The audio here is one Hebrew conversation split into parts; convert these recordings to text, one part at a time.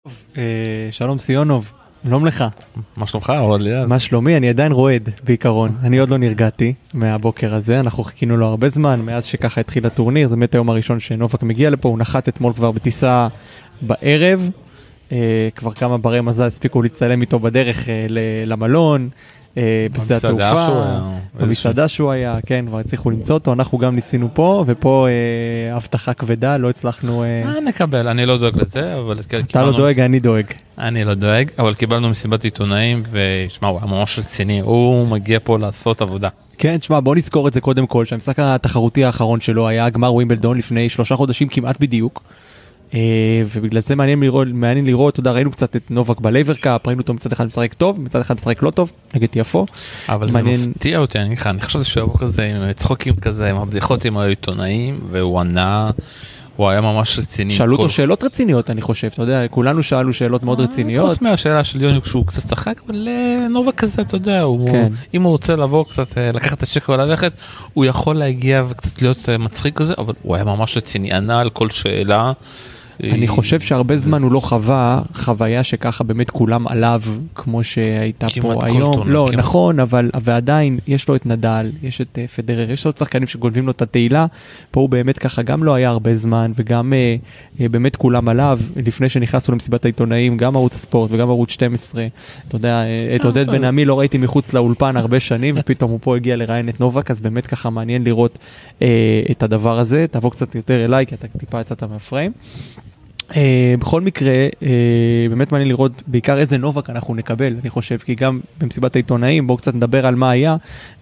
שלום סיונוב, שלום לך. מה שלומך? אורלי? מה שלומי? אני עדיין רועד בעיקרון. אני עוד לא נרגעתי מהבוקר הזה, אנחנו חיכינו לו הרבה זמן, מאז שככה התחיל הטורניר, זה באמת היום הראשון שנובק מגיע לפה, הוא נחת אתמול כבר בטיסה בערב, כבר כמה ברי מזל הספיקו להצטלם איתו בדרך למלון, בשדה התעופה, במסעדה שהוא היה, כן, כבר הצליחו למצוא אותו, אנחנו גם ניסינו פה, ופה הבטחה כבדה, לא הצלחנו... נקבל, אני לא דואג לזה, אבל... אתה לא דואג, אני דואג. אני לא דואג, אבל קיבלנו מסיבת עיתונאים, ושמע, הוא היה ממש רציני, הוא מגיע פה לעשות עבודה. כן, תשמע, בוא נזכור את זה קודם כל, שהמשחק התחרותי האחרון שלו היה גמר ווימבלדון לפני 3 חודשים כמעט בדיוק, ובגלל זה מעניין לראות, אתה יודע, ראינו קצת את נובק בלייבר קאפ, ראינו אותו מצד אחד משחק טוב, מצד אחד משחק לא טוב, נגד יפו. אבל זה מפתיע אותי, אני חושב שהוא היה כזה, עם צחוקים כזה, עם הבדיחות עם העיתונאים, והוא ענה, הוא היה ממש רציני. שאלו אותו שאלות רציניות, אני חושב, אתה יודע, כולנו שאלו שאלות מאוד רציניות. חוץ מהשאלה של יוני כשהוא קצת צחק, אבל נובק כזה, אתה יודע, אם הוא רוצה לבוא קצת, לקחת את השקע וללכת, הוא יכול להגיע וקצת להיות מצחיק כזה, אבל הוא היה ממש רציני, ענה על כל שאלה. אני חושב שהרבה זמן הוא לא חווה חוויה שככה באמת כולם עליו כמו שהייתה פה היום. לא, נכון, אבל ועדיין יש לו את נדל, יש את פדרר, יש לו שחקנים שגונבים לו את התהילה. פה הוא באמת ככה גם לא היה הרבה זמן וגם באמת כולם עליו. לפני שנכנסו למסיבת העיתונאים, גם ערוץ הספורט וגם ערוץ 12. אתה יודע, את עודד בן עמי לא ראיתי מחוץ לאולפן הרבה שנים ופתאום הוא פה הגיע לראיין את נובק, אז באמת ככה מעניין לראות את הדבר הזה. תבוא קצת יותר אליי כי אתה טיפה יצאת מהפריים. בכל מקרה, באמת מעניין לראות בעיקר איזה נובק אנחנו נקבל, אני חושב, כי גם במסיבת העיתונאים, בואו קצת נדבר על מה היה,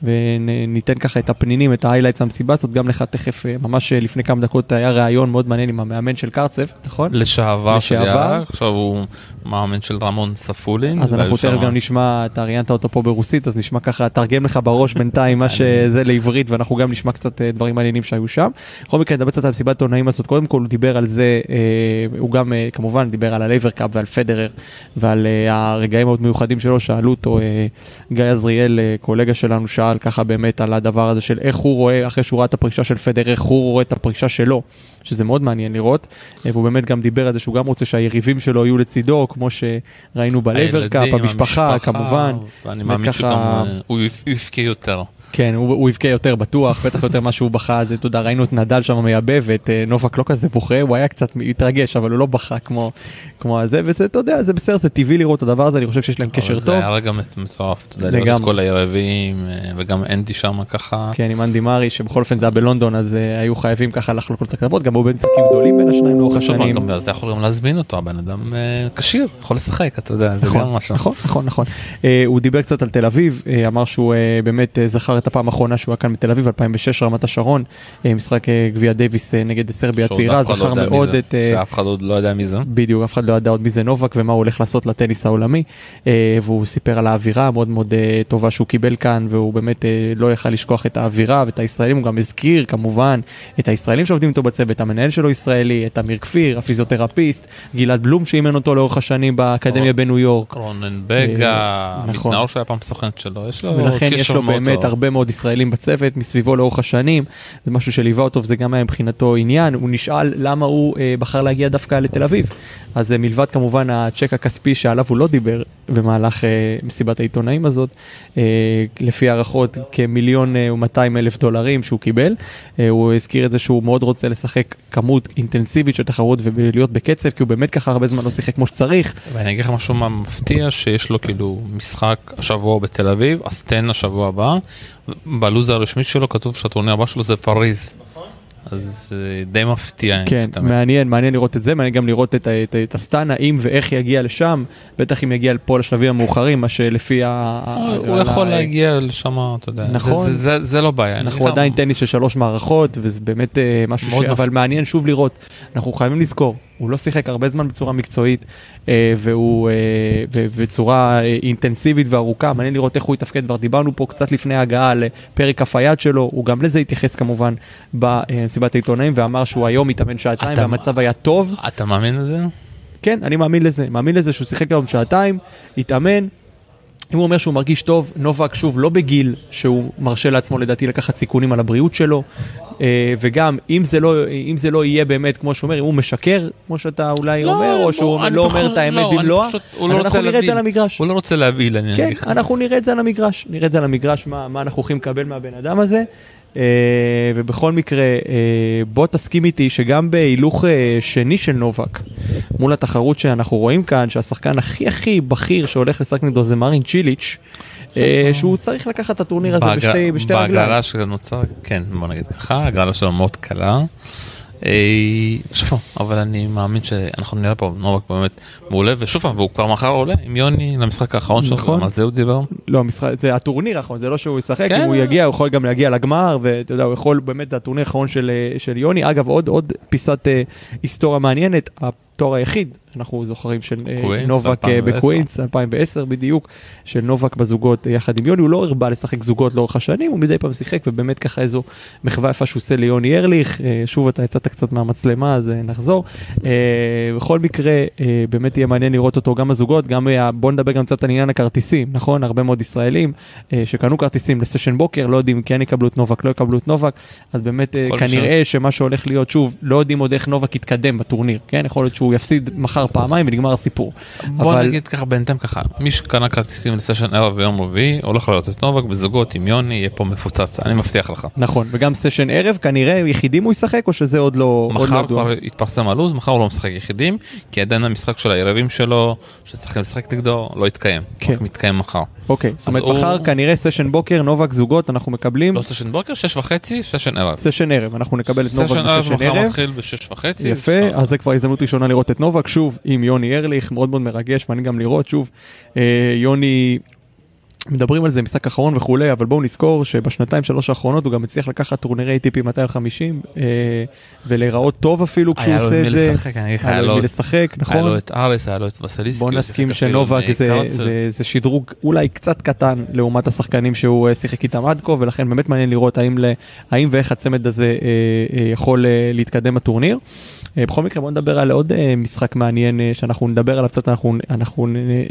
וניתן ככה את הפנינים, את ההיילייטס המסיבה הזאת, גם לך תכף, ממש לפני כמה דקות היה ראיון מאוד מעניין עם המאמן של קרצב, נכון? לשעבר. עכשיו הוא מאמן של רמון ספולין. אז אנחנו תכף גם נשמע, אתה ראיינת אותו פה ברוסית, אז נשמע ככה, תרגם לך בראש בינתיים מה שזה לעברית, ואנחנו גם נשמע קצת דברים מעניינים שהיו שם. בכל מקרה, נדבר קצת על מסיבת העיתונאים הזאת. קודם כל, הוא דיבר על זה, הוא גם כמובן דיבר על הלייבר קאפ ועל פדרר ועל הרגעים מאוד מיוחדים שלו. שאלו אותו, גיא עזריאל, קולגה שלנו, שאל ככה באמת על הדבר הזה של איך הוא רואה, אחרי שהוא ראה את הפרישה של פדרר, איך הוא רואה את הפרישה שלו, שזה מאוד מעניין לראות, והוא באמת גם דיבר על זה שהוא גם רוצה שהיריבים שלו יהיו לצידו, כמו שראינו בלייבר קאפ, המשפחה כמובן. ואני מאמין שגם הוא יפקה יותר. כן, הוא יבכה יותר בטוח, בטח יותר מה שהוא בכה, זה תודה, ראינו את נדל שם מייבב, ואת נובק לא כזה בוכה, הוא היה קצת מתרגש, אבל הוא לא בכה כמו הזה, וזה, אתה יודע, זה בסדר, זה טבעי לראות את הדבר הזה, אני חושב שיש להם קשר טוב. זה היה רגע מטורף, אתה יודע, לראות את כל היריבים, וגם אנדי שם ככה. כן, עם אנדי מארי, שבכל אופן זה היה בלונדון, אז היו חייבים ככה לחלוק לו את הכתבות, גם הוא בין משחקים גדולים בין השניים לאורך השנים. אתה יכול גם להזמין אותו, הבן אדם כשיר, יכול לשחק, אתה יודע, זה גם משהו. נכון. הוא דיבר קצת על תל אביב, אמר שהוא באמת זכר את הפעם האחרונה שהוא היה כאן בתל אביב, 2006, רמת השרון, משחק גביע דייביס נגד סרביה הצעירה, זכר מאוד את... שאף אחד עוד לא יודע מי זה. בדיוק, אף אחד לא יודע עוד מי זה נובק ומה הוא הולך לעשות לטניס העולמי, והוא סיפר על האווירה המאוד מאוד טובה שהוא קיבל כאן, והוא באמת לא יכל לשכוח את האווירה ואת הישראלים, הוא גם הזכיר כמובן את הישראלים שעובדים איתו בצוות, המנהל שלו ישראלי, את אמיר כפיר, הפיזיותרפיסט, גלעד בלום שאימן אותו לאורך השנים באקדמיה בניו יורק. רונן בגה, מתנאור שהיה פעם סוכנת שלו, ולכן יש לו באמת הרבה מאוד ישראלים בצוות מסביבו לאורך השנים, זה משהו שליווה אותו וזה גם היה מבחינתו עניין. הוא נשאל למה הוא בחר להגיע דווקא לתל אביב, אז מלבד כמובן הצ'ק הכספי שעליו הוא לא דיבר במהלך מסיבת העיתונאים הזאת, לפי הערכות כ1,200,000 דולרים שהוא קיבל, הוא הזכיר את זה שהוא מאוד רוצה לשחק כמות אינטנסיבית של תחרות ולהיות בקצב, כי הוא באמת ככה הרבה זמן לא שיחק כמו שצריך. ואני אגיד לך משהו מפתיע, שיש לו כאילו משחק השבוע בתל אביב, אסטן השבוע הבא, בלוז הרשמית שלו כתוב שהטורניר הבא שלו זה פריז. אז די מפתיע. כן, מעניין לראות את זה, מעניין גם לראות את הסטנה, אם ואיך יגיע לשם, בטח אם יגיע פה לשלבים המאוחרים, מה שלפי הוא יכול להגיע לשם, אתה יודע. נכון. זה לא בעיה. אנחנו עדיין טניס של 3 מערכות, וזה באמת משהו אבל מעניין שוב לראות. אנחנו חייבים לזכור, הוא לא שיחק הרבה זמן בצורה מקצועית, והוא בצורה אינטנסיבית וארוכה, מעניין לראות איך הוא יתפקד, כבר דיברנו פה קצת לפני ההגעה לפרק הפייד שלו, הוא גם לזה התייחס כמובן במסיבת העיתונאים, ואמר שהוא היום מתאמן 2 שעות, והמצב היה טוב. אתה מאמין לזה? כן, אני מאמין לזה שהוא שיחק היום 2 שעות, התאמן, אם הוא אומר שהוא מרגיש טוב, נובק שוב לא בגיל שהוא מרשה לעצמו לדעתי לקחת סיכונים על הבריאות שלו, וגם אם זה לא יהיה באמת כמו שהוא אומר, אם הוא משקר כמו שאתה אולי אומר, או שהוא לא אומר את האמת במלואה, אז אנחנו נראה את זה על המגרש. הוא לא רוצה להביא, כן, אנחנו נראה את זה על המגרש, נראה את זה על המגרש, מה אנחנו הולכים לקבל מהבן אדם הזה, ובכל מקרה, בוא תסכים איתי שגם בהילוך שני של נובק, מול התחרות שאנחנו רואים כאן, שהשחקן הכי בכיר שהולך לשחק נגדו זה מרין צ'יליץ', שהוא צריך לקחת את הטורניר הזה בשתי רגליים. בהגרלה שנוצר, כן, בוא נגיד ככה, הגרלה שלו מאוד קלה, אבל אני מאמין שאנחנו נראה פה נובק באמת מעולה, ושוב, והוא כבר מחר עולה עם יוני למשחק האחרון שלו, על זה הוא דיבר? לא, זה הטורניר האחרון, זה לא שהוא ישחק, אם הוא יגיע, הוא יכול גם להגיע לגמר, ואתה יודע, הוא יכול באמת, הטורניר האחרון של יוני, אגב, עוד פיסת היסטוריה מעניינת, התואר היחיד, אנחנו זוכרים של נובק בקווינס, 2010 בדיוק, של נובק בזוגות יחד עם יוני, הוא לא הרבה לשחק זוגות לאורך השנים, הוא מדי פעם שיחק, ובאמת ככה איזו מחווה יפה שהוא עושה ליוני ארליך, שוב אתה יצאת קצת מהמצלמה, אז נחזור. בכל מקרה, באמת יהיה מעניין לראות אותו גם בזוגות, גם בוא נדבר גם קצת על עניין הכרטיסים, נכון? הרבה מאוד ישראלים שקנו כרטיסים לסשן בוקר, לא יודעים כן יקבלו את נובק, לא יקבלו את נובק, אז באמת כנראה שמה שהולך להיות, שוב, לא יודעים עוד איך נובק יתקדם בטורניר, כן? יכול להיות שהוא יפסיד מחר פעמיים ונגמר הסיפור. בוא נגיד ככה, בינתיים ככה, מי שקנה כרטיסים לסשן ערב ויום רביעי, הולך לראות את נובק בזוגות עם יוני, יהיה פה מפוצץ, אני מבטיח לך. נכון, וגם סשן ערב, כנראה יחידים הוא ישחק, או שזה עוד לא... מחר כבר יתפרסם הלוז, מחר הוא לא משחק יחידים, כי עדיין המשחק של הערבים שלו, שצריכים לשחק נגדו, לא יתקיים. רק מתקיים מחר. אוקיי, זאת אומרת, מחר כנראה סשן בוקר, נובק זוגות, אנחנו מקבלים... לא סשן בוקר, 6:30, סשן ערב. סשן ערב, אנחנו נקבל את נובק בסשן ערב. סשן ערב מחר מתחיל ב6:30. יפה, אז זה כבר הזדמנות ראשונה לראות את נובק, שוב, עם יוני ארליך, מאוד מאוד מרגש, ואני גם לראות, שוב, יוני... מדברים על זה משחק אחרון וכולי, אבל בואו נזכור שבשנתיים שלוש האחרונות הוא גם הצליח לקחת טורנירי ATP 250 ולהיראות טוב אפילו כשהוא עושה את זה. היה לו מי לשחק, נכון? היה לו את אריס, היה לו את וסליסקי. בואו נסכים שנובק זה שדרוג אולי קצת קטן לעומת השחקנים שהוא שיחק איתם עד כה, ולכן באמת מעניין לראות האם ואיך הצמד הזה יכול להתקדם בטורניר. בכל מקרה בואו נדבר על עוד משחק מעניין שאנחנו נדבר עליו קצת, אנחנו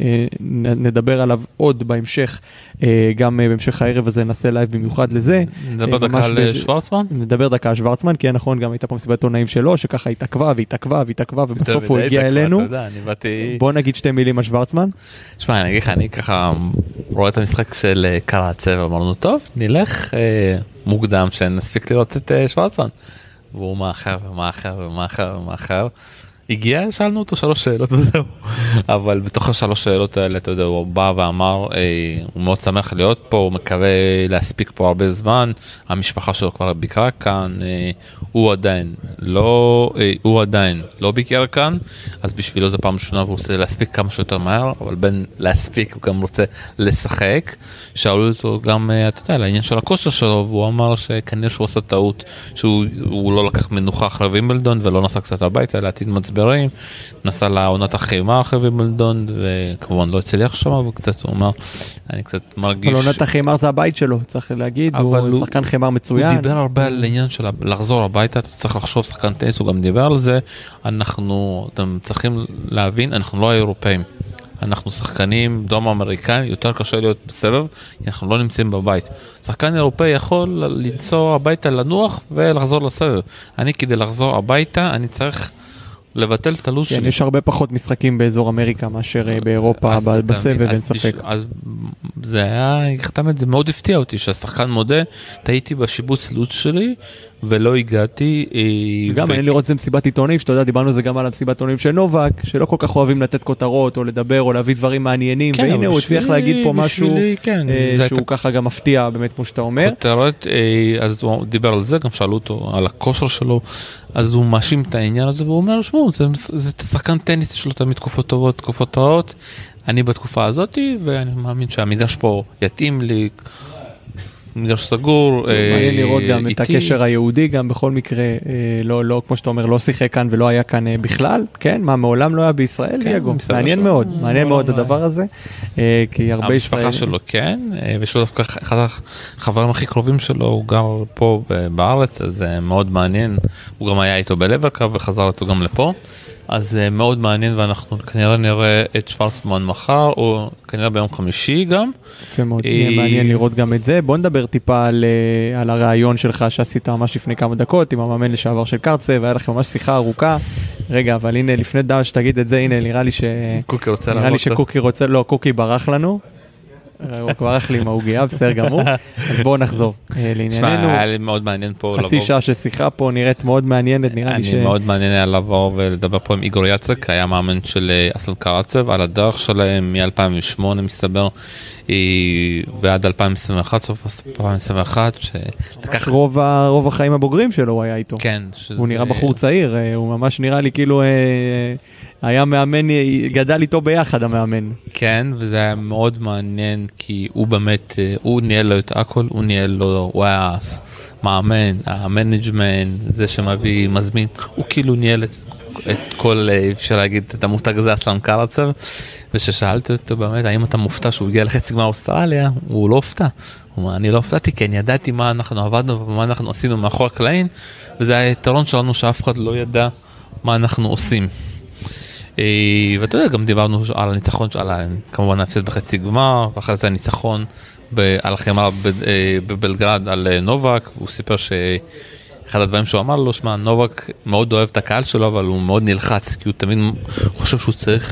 נדבר עליו עוד בהמשך, גם בהמשך הערב הזה נעשה לייב במיוחד לזה. נדבר דקה על שוורצמן? נדבר דקה על שוורצמן, כי נכון, גם הייתה פה מסיבת עונאים שלו, שככה התעכבה והתעכבה והתעכבה, ובסוף הוא הגיע אלינו. בוא נגיד שתי מילים על שוורצמן. שמע, אני אגיד לך, אני ככה רואה את המשחק של קרצה ואמרנו, טוב, נלך מוקדם שנספיק לראות את שוורצמן. והוא מאחר. הגיע, שאלנו אותו 3 שאלות וזהו. אבל בתוך 3 שאלות האלה, אתה יודע, הוא בא ואמר, הוא מאוד שמח להיות פה, הוא מקווה להספיק פה הרבה זמן, המשפחה שלו כבר ביקרה כאן, הוא עדיין לא ביקר כאן, אז בשבילו זה פעם ראשונה, והוא רוצה להספיק כמה שיותר מהר, אבל בין להספיק הוא גם רוצה לשחק. שאלו אותו גם, אתה יודע, לעניין של הכושר שלו, והוא אמר שכנראה שהוא עשה טעות, שהוא לא לקח מנוחה אחרי וימבלדון, ולא נסע קצת הביתה, לעתיד מצברים, נסע לעונת החיימה אחרי וימבלדון, וכמובן לא הצליח שם, וקצת הוא אומר, אני קצת מרגיש... אבל עונת החיימה זה הבית שלו, צריך להגיד, הוא שחקן חיימר מצוין. הוא דיבר הרבה על העניין של לחזור הביתה, אתה צריך לחשוב, שחקן טניס, הוא גם דיבר על זה, אתם צריכים להבין, אנחנו לא האירופאים. אנחנו שחקנים דרום אמריקאים, יותר קשה להיות בסבב, כי אנחנו לא נמצאים בבית. שחקן אירופאי יכול לנסוע הביתה לנוח ולחזור לסבב. אני כדי לחזור הביתה, אני צריך לבטל את הלו"ז שלי. כן, יש הרבה פחות משחקים באזור אמריקה מאשר באירופה בסבב, אין ספק. אז זה היה, זה מאוד הפתיע אותי, שהשחקן מודה, טעיתי בשיבוץ לו"ז שלי, ולא הגעתי. גם אין לראות זה מסיבת עיתונים, שאתה יודע, דיברנו זה גם על המסיבת עיתונים של נובק, שלא כל כך אוהבים לתת כותרות, או לדבר, או להביא דברים מעניינים, והנה הוא הצליח להגיד פה משהו, שהוא ככה גם מפתיע, באמת, כמו שאתה אומר. כותרת, אז הוא דיבר על זה, גם שאלו אותו על הכושר שלו, אז הוא מאשים את העניין הזה, והוא אומר, שמו, זה שחקן טניס, יש לו תמיד תקופות טובות, תקופות רעות, אני בתקופה הזאת, ואני מאמין שהמגרש פה יתאים לי, מגרש סגור, מעניין לראות גם את הקשר היהודי, גם בכל מקרה, לא, כמו שאתה אומר, לא שיחק כאן ולא היה כאן בכלל, כן, מה מעולם לא היה בישראל, דייגו, מעניין מאוד הדבר הזה, כי הרבה ישראל... המשפחה שלו כן, ויש לו דווקא אחד החברים הכי קרובים שלו, הוא גר פה בארץ, אז זה מאוד מעניין, הוא גם היה איתו בלברקרב וחזר איתו גם לפה, אז מאוד מעניין, ואנחנו כנראה נראה את שוורצמן מחר, או כנראה ביום חמישי גם. יפה מאוד, מעניין לראות גם את זה. בוא נדבר טיפה על הרעיון שלך שעשית ממש לפני כמה דקות, עם המאמן לשעבר של קרצב, והיה לכם ממש שיחה ארוכה. רגע, אבל הנה, לפני דעה שתגיד את זה, הנה, נראה לי שקוקי רוצה, לא, קוקי ברח לנו. הוא ברח לי עם ההוגיה, בסדר גמור. אז בואו נחזור לענייננו. היה לי מאוד מעניין פה לבוא. חצי שעה ששיחה פה נראית מאוד מעניינת, נראה לי אני מאוד מעניין היה לבוא ולדבר פה עם איגור יצק, היה מאמן של אסלן קרצב, על הדרך שלהם מ-2008 מסתבר, ועד 2021, סוף 2021, שלקח... רוב החיים הבוגרים שלו הוא היה איתו. כן. הוא נראה בחור צעיר, הוא ממש נראה לי כאילו... היה מאמן, גדל איתו ביחד המאמן. כן, וזה היה מאוד מעניין, כי הוא באמת, הוא ניהל לו את הכל, הוא ניהל לו, הוא היה מאמן, המנג'מנט, זה שמביא, מזמין, הוא כאילו ניהל את כל, אפשר להגיד, את המותג הזה, אסלן קרצב, וששאלתי אותו באמת, האם אתה מופתע שהוא הגיע לחצי גמר אוסטרליה? הוא לא הופתע. הוא אומר, אני לא הופתעתי, כי אני ידעתי מה אנחנו עבדנו ומה אנחנו עשינו מאחור הקלעים, וזה היה היתרון שלנו שאף אחד לא ידע מה אנחנו עושים. ואתה יודע, גם דיברנו על הניצחון, כמובן ההפסד בחצי גמר, ואחרי זה הניצחון על החמרה בבלגרד על נובק, הוא סיפר שאחד הדברים שהוא אמר לו, שמה, נובק מאוד אוהב את הקהל שלו, אבל הוא מאוד נלחץ, כי הוא תמיד חושב שהוא צריך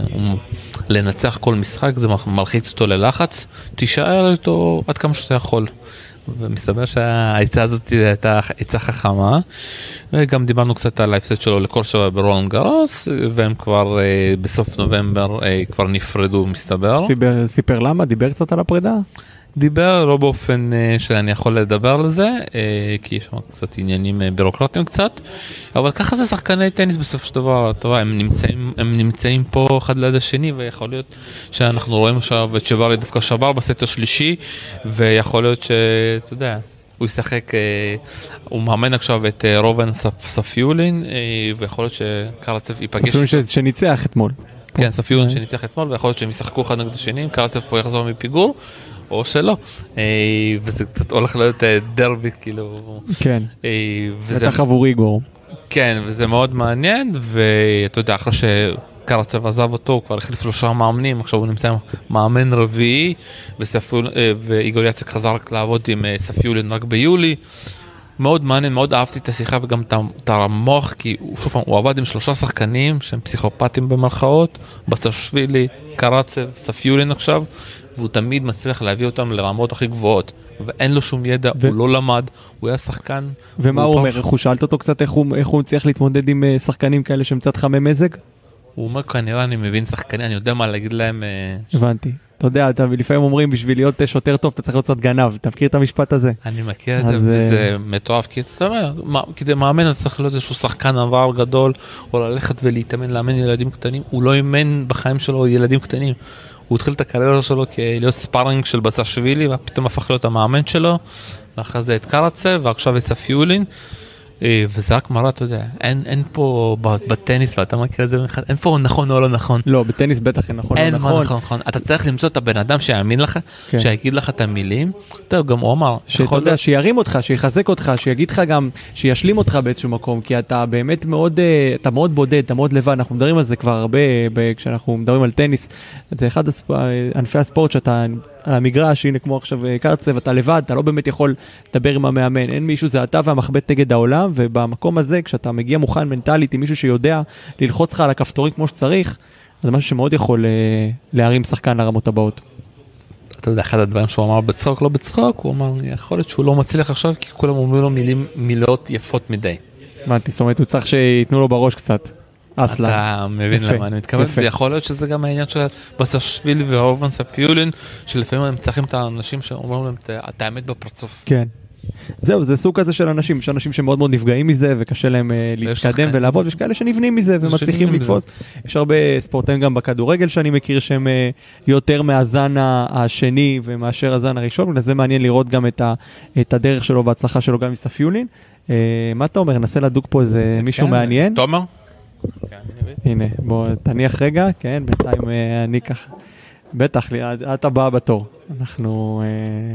לנצח כל משחק, זה מלחיץ אותו ללחץ, תישאר איתו עד כמה שאתה יכול. ומסתבר שהעצה הזאת הייתה עצה חכמה, וגם דיברנו קצת על ההפסד שלו לכל שבוע ברולנד גארוס, והם כבר בסוף נובמבר כבר נפרדו מסתבר. סיפר למה? דיבר קצת על הפרידה? דיבר לא באופן שאני יכול לדבר על זה, כי יש שם קצת עניינים בירוקרטיים קצת, אבל ככה זה שחקני טניס בסוף של דבר, הם נמצאים פה אחד ליד השני, ויכול להיות שאנחנו רואים עכשיו את שברי דווקא שבר בסט השלישי, ויכול להיות שאתה יודע, הוא ישחק, הוא מאמן עכשיו את רובן ספיולין, ויכול להיות שקרצב ייפגש. ספיולין שניצח אתמול. כן, ספיולין שניצח אתמול, ויכול להיות שהם ישחקו אחד נגד השני, קרצב פה יחזור מפיגור, או שלא, וזה קצת הולך להיות דרבי, כאילו. כן, בטח עבור איגור. כן, וזה מאוד מעניין, ואתה יודע, אחרי שקרצב עזב אותו, הוא כבר החליף 3 מאמנים, עכשיו הוא נמצא עם מאמן רביעי, ואיגור יצק חזר לעבוד עם ספיולין רק ביולי, מאוד מעניין, מאוד אהבתי את השיחה וגם את המוח, כי הוא עבד עם 3 שחקנים שהם פסיכופטים במרכאות, בסשווילי, קרצב, ספיולין עכשיו, והוא תמיד מצליח להביא אותם לרמות הכי גבוהות, ואין לו שום ידע, הוא לא למד, הוא היה שחקן. ומה הוא אומר? איך הוא שאלת אותו קצת, איך הוא צריך להתמודד עם שחקנים כאלה שהם קצת חמי מזג? הוא אומר, כנראה אני מבין שחקנים, אני יודע מה להגיד להם. הבנתי. אתה יודע, לפעמים אומרים, בשביל להיות שוטר טוב, אתה צריך להיות קצת גנב. אתה מכיר את המשפט הזה? אני מכיר את זה, וזה מטורף, כי אתה אומר, כדי מאמן, אתה צריך להיות איזשהו שחקן עבר גדול, או ללכת ולהתאמן, לאמן ילדים קטנים. הוא לא אימן בחיים שלו ילדים קטנים. הוא התחיל את הקריירה שלו להיות ספארינג של בסשווילי, ופתאום הפך להיות המאמן שלו, ואחרי זה את קרצב, ועכשיו את ספיולין, וזה רק מראה, אתה יודע, אין פה בטניס, ואתה מכיר את זה, אין פה נכון או לא נכון. לא, בטניס בטח אין נכון או לא נכון. אין נכון. אתה צריך למצוא את הבן אדם שיאמין לך, שיגיד לך את המילים, גם הוא אמר. שאתה יודע, שירים אותך, שיחזק אותך, שיגיד לך גם, שישלים אותך באיזשהו מקום, כי אתה באמת מאוד, אתה מאוד בודד, אתה מאוד לבד, אנחנו מדברים על זה כבר הרבה, כשאנחנו מדברים על טניס, זה אחד ענפי הספורט שאתה על המגרש, הנה כמו עכשיו קרצב, אתה לבד, אתה לא באמת יכול לדבר עם המאמן, אין מישהו, זה אתה והמחבט נגד העולם, ובמקום הזה, כשאתה מגיע מוכן מנטלית עם מישהו שיודע ללחוץ לך על הכפתורים כמו שצריך, זה משהו שמאוד יכול להרים שחקן לרמות הבאות. אתה יודע, אחד הדברים שהוא אמר בצחוק, לא בצחוק, הוא אמר, יכול להיות שהוא לא מצליח עכשיו, כי כולם אומרים לו מילות יפות מדי. זאת אומרת, הוא צריך שיתנו לו בראש קצת. אתה מבין למה אני מתכוון, ויכול להיות שזה גם העניין של בסשווילי ורובן ספיולין, שלפעמים הם צריכים את האנשים שאומרים להם את האמת בפרצוף. כן. זהו, זה סוג כזה של אנשים, יש אנשים שמאוד מאוד נפגעים מזה, וקשה להם להתקדם ולעבוד, ויש כאלה שנבנים מזה ומצליחים לתפוס. יש הרבה ספורטאים גם בכדורגל שאני מכיר שהם יותר מהזן השני ומאשר הזן הראשון, ולזה מעניין לראות גם את הדרך שלו וההצלחה שלו גם עם ספיולין. מה אתה אומר? ננסה לדוק פה איזה מישהו מעניין. תומר? הנה, בוא תניח רגע, כן, בינתיים אני ככה, בטח, אתה בא בתור, אנחנו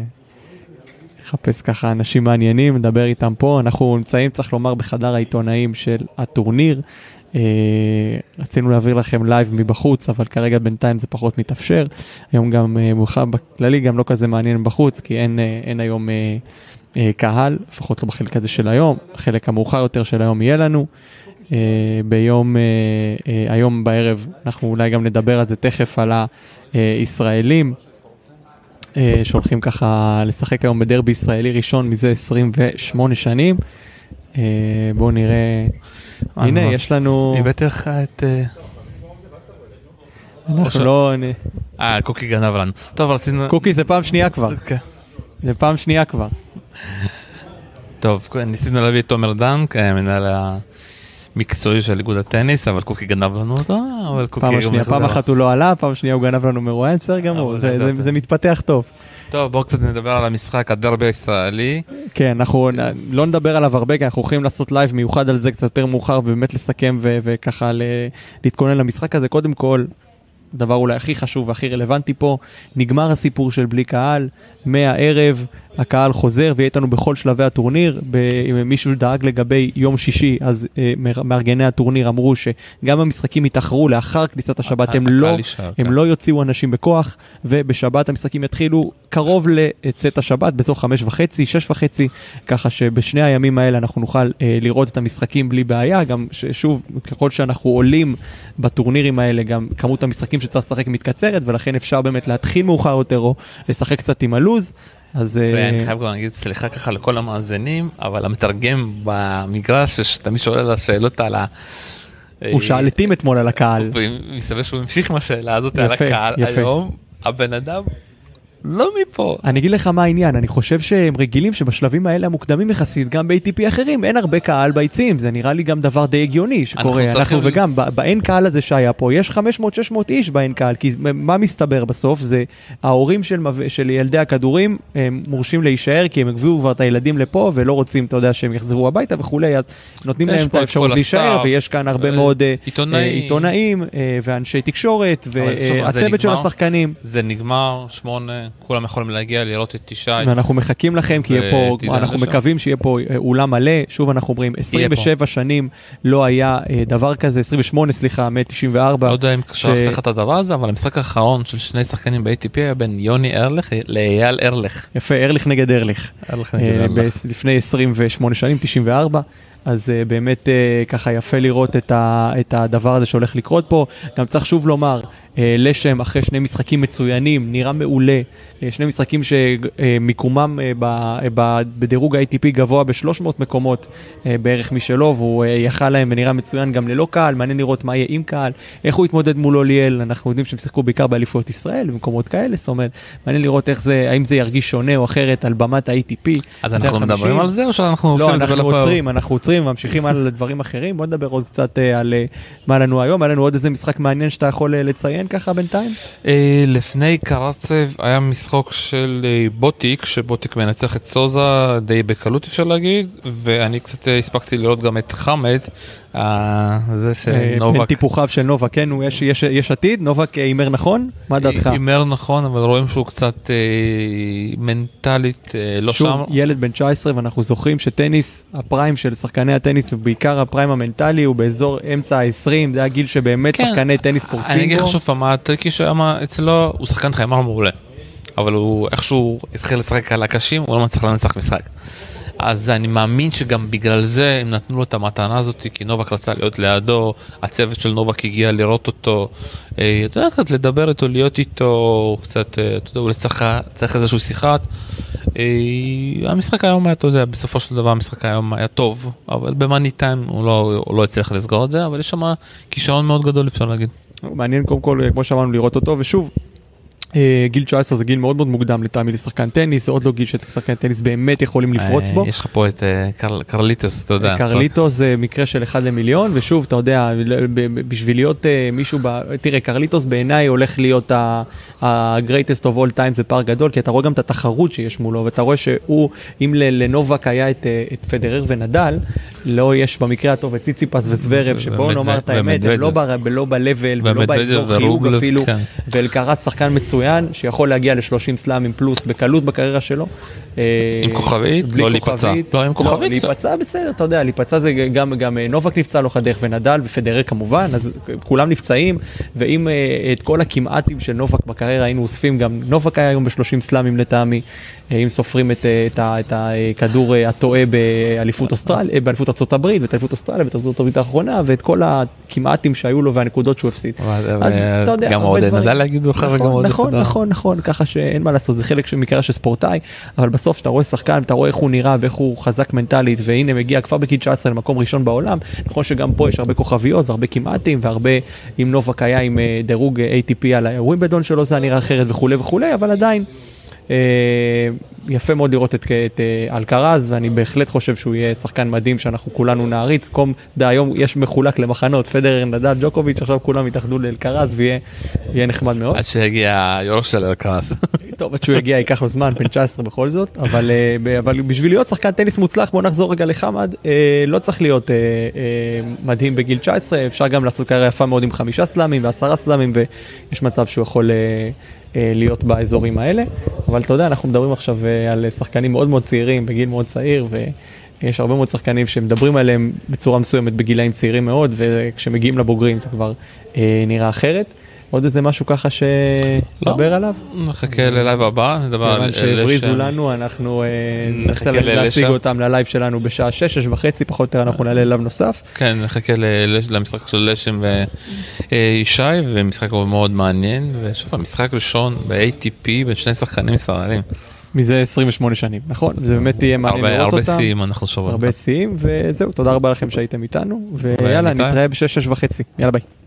נחפש ככה אנשים מעניינים, נדבר איתם פה, אנחנו נמצאים, צריך לומר, בחדר העיתונאים של הטורניר, רצינו להעביר לכם לייב מבחוץ, אבל כרגע בינתיים זה פחות מתאפשר. היום גם מאוחר בכללי, גם לא כזה מעניין בחוץ, כי אין היום קהל, לפחות לא בחלק הזה של היום. החלק המאוחר יותר של היום יהיה לנו. היום בערב אנחנו אולי גם נדבר על זה תכף על הישראלים, שהולכים ככה לשחק היום בדרבי ישראלי ראשון מזה 28 שנים. בואו נראה, הנה יש לנו... הבאתי לך את... אנחנו לא... קוקי גנב לנו. טוב, רצינו... קוקי זה פעם שנייה כבר. זה פעם שנייה כבר. טוב, ניסינו להביא את תומר דנק, מנהל המקצועי של איגוד הטניס, אבל קוקי גנב לנו אותו. פעם שנייה, פעם אחת הוא לא עלה, פעם שנייה הוא גנב לנו מרואיין, בסדר גמור, זה מתפתח טוב. טוב, בואו קצת נדבר על המשחק, הדרבי הישראלי. כן, אנחנו לא נדבר עליו הרבה, כי אנחנו הולכים לעשות לייב מיוחד על זה קצת יותר מאוחר, ובאמת לסכם וככה להתכונן למשחק הזה. קודם כל, דבר אולי הכי חשוב והכי רלוונטי פה, נגמר הסיפור של בלי קהל, מהערב הקהל חוזר ויהיה איתנו בכל שלבי הטורניר. אם מישהו דאג לגבי יום שישי, אז מארגני הטורניר אמרו שגם המשחקים יתאחרו לאחר כניסת השבת, הם לא יוציאו אנשים בכוח, ובשבת המשחקים יתחילו קרוב לצאת השבת, באזור 5:30, 6:30, ככה שבשני הימים האלה אנחנו נוכל לראות את המשחקים בלי בעיה. גם שוב, ככל שאנחנו עולים בטורנירים האלה, גם כמות המשחקים שצריך לשחק מתקצרת, ולכן אפשר באמת להתחיל מאוחר יותר או לשחק קצת עם הלוז. ואני חייב גם להגיד סליחה ככה לכל המאזינים, אבל המתרגם במגרש שתמיד שואל על השאלות על הוא שאל את אתמול על הקהל. ומסתבר שהוא המשיך מהשאלה הזאת על הקהל. היום הבן אדם לא מפה. אני אגיד לך מה העניין, אני חושב שהם רגילים שבשלבים האלה המוקדמים יחסית, גם ב-ATP אחרים, אין הרבה קהל ביציעים, זה נראה לי גם דבר די הגיוני שקורה, אנחנו וגם, באין קהל הזה שהיה פה, יש 500-600 איש באין קהל, כי מה מסתבר בסוף, זה ההורים של ילדי הכדורים, הם מורשים להישאר, כי הם הביאו כבר את הילדים לפה, ולא רוצים, אתה יודע, שהם יחזרו הביתה וכולי, אז נותנים להם את האפשרות להישאר, ויש כאן הרבה מאוד עיתונאים, ואנשי תקשורת, והצוות של השחקנים. זה נגמר 8, כולם יכולים להגיע לראות את תשעה. ואנחנו מחכים לכם, כי אנחנו מקווים שיהיה פה אולם מלא. שוב אנחנו אומרים, 27 שנים לא היה דבר כזה, 28 סליחה, מ-94. לא יודע אם שלחת לך את הדבר הזה, אבל המשחק האחרון של שני שחקנים ב-ATP היה בין יוני ארליך לאייל ארליך. יפה, ארליך נגד ארליך. לפני 28 שנים, 94. אז באמת ככה יפה לראות את הדבר הזה שהולך לקרות פה. גם צריך שוב לומר, לשם אחרי שני משחקים מצוינים, נראה מעולה, שני משחקים שמיקומם בדירוג ה-ATP גבוה ב-300 מקומות בערך משלו, והוא יכל להם ונראה מצוין גם ללא קהל. מעניין לראות מה יהיה עם קהל, איך הוא יתמודד מול אוליאל. אנחנו יודעים שהם שיחקו בעיקר באליפויות ישראל במקומות כאלה, זאת אומרת, מעניין לראות איך זה, האם זה ירגיש שונה או אחרת על במת ה-ATP. אז אנחנו מדברים על זה או שאנחנו לא, אנחנו עוצרים, ממשיכים על דברים אחרים. בוא נדבר עוד קצת על מה לנו היום. היה לנו עוד איזה משחק מעניין שאתה יכול לציין ככה בינתיים? לפני קרצב היה משחק של בוטיק, שבוטיק מנצח את סוזה די בקלות אפשר להגיד, ואני קצת הספקתי לראות גם את חמד, זה שנובק... טיפוחיו של נובק, כן, יש עתיד, נובק אימר נכון? מה דעתך? אימר נכון, אבל רואים שהוא קצת מנטלית לא שם. שוב, ילד בן 19, ואנחנו זוכרים שטניס, הפריים של שחקני הטניס, ובעיקר הפריים המנטלי, הוא באזור אמצע ה-20, זה הגיל שבאמת שחקני טניס פורצים בו. אני אגיד לך שוב, מה הטריקי שמה אצלו, הוא שחקן חיימר מעולה, אבל הוא איכשהו התחיל לשחק על הקשים, הוא לא מצליח לנצח משחק. אז אני מאמין שגם בגלל זה הם נתנו לו את המתנה הזאת, כי נובק רצה להיות לידו, הצוות של נובק הגיע לראות אותו, אתה יודע, קצת לדבר איתו, להיות איתו, קצת, אתה יודע, הוא צריך איזשהו שיחת. המשחק היום היה, אתה יודע, בסופו של דבר המשחק היום היה טוב, אבל במאני טיים הוא לא הצליח לסגור את זה, אבל יש שם כישרון מאוד גדול, אפשר להגיד. מעניין קודם כל, כמו שאמרנו, לראות אותו, ושוב, גיל 19 זה גיל מאוד מאוד מוקדם לטעמי לשחקן טניס, זה עוד לא גיל ששחקן טניס באמת יכולים לפרוץ בו. יש לך פה את קרליטוס, אתה יודע. קרליטוס זה מקרה של 1 למיליון, ושוב, אתה יודע, בשביל להיות מישהו, תראה, קרליטוס בעיניי הולך להיות ה-greatest of all time, זה פער גדול, כי אתה רואה גם את התחרות שיש מולו, ואתה רואה שהוא, אם לנובק היה את פדרר ונדל, לא יש במקרה הטוב את ציציפס וסברב, שבואו נאמר את האמת, הם לא ב-level ולא באזור חיוג אפילו, ואלקרס שחקן מצוין, מצוין, שיכול להגיע ל-30 סלאמים פלוס בקלות בקריירה שלו. עם כוכבית? לא להיפצע. לא עם כוכבית? לא, להיפצע בסדר, אתה יודע, להיפצע זה גם נובק נפצע לא חדך ונדל ופדרר כמובן, אז כולם נפצעים, ואם את כל הכמעטים של נובק בקריירה היינו אוספים, גם נובק היה היום ב-30 סלאמים לטעמי, אם סופרים את הכדור הטועה באליפות ארצות הברית, ואת אליפות אוסטרליה, ואת ארצות הברית האחרונה, ואת כל הכמעטים שהיו לו והנקודות שהוא הפסיד. גם עוד נדל להגידו לך וגם עוד נכון, ככה שאין מה לעשות, זה חלק מקרה של ספורטאי, אבל בסוף שאתה רואה שחקן, אתה רואה איך הוא נראה ואיך הוא חזק מנטלית, והנה מגיע כבר בגיל 19 למקום ראשון בעולם, נכון שגם פה יש הרבה כוכביות והרבה כמעטים, והרבה עם נובק היה עם דירוג ATP על הווימבלדון שלו, זה נראה אחרת וכו', אבל עדיין יפה מאוד לראות את אלקרז, ואני בהחלט חושב שהוא יהיה שחקן מדהים שאנחנו כולנו נעריץ. היום יש מחולק למחנות, פדרר, נדל, ג'וקוביץ', עכשיו כולם יתאחדו לאלקרז ויהיה נחמד מאוד. עד שיגיע היורש של אלקרז. טוב, עד שהוא יגיע ייקח לו זמן, בן 19 בכל זאת, אבל בשביל להיות שחקן טניס מוצלח, בוא נחזור רגע לחמד, לא צריך להיות מדהים בגיל 19, אפשר גם לעשות קריירה יפה מאוד עם 5 סלאמים ו10 סלאמים, ויש מצב שהוא יכול להיות באזורים האלה, אבל אתה יודע, אנחנו מדברים עכשיו על שחקנים מאוד מאוד צעירים, בגיל מאוד צעיר, ויש הרבה מאוד שחקנים שמדברים עליהם בצורה מסוימת בגילאים צעירים מאוד, וכשמגיעים לבוגרים זה כבר נראה אחרת. עוד איזה משהו ככה שדבר עליו? נחכה ללייב הבא, נדבר על לשם. שהבריזו לנו, אנחנו נחכה להשיג אותם ללייב שלנו בשעה 6, 6:30, פחות או יותר אנחנו נעלה ללייב נוסף. כן, נחכה למשחק של לשם וישי, ומשחק מאוד מעניין, ושוב, המשחק ראשון ב-ATP בין שני שחקנים ישראלים. מזה 28 שנים, נכון? זה באמת תהיה מעניין לראות אותם. הרבה שיאים אנחנו שוברים. הרבה שיאים, וזהו, תודה רבה לכם שהייתם איתנו, ויאללה, נתראה ב-6, 6:30. יאללה ביי.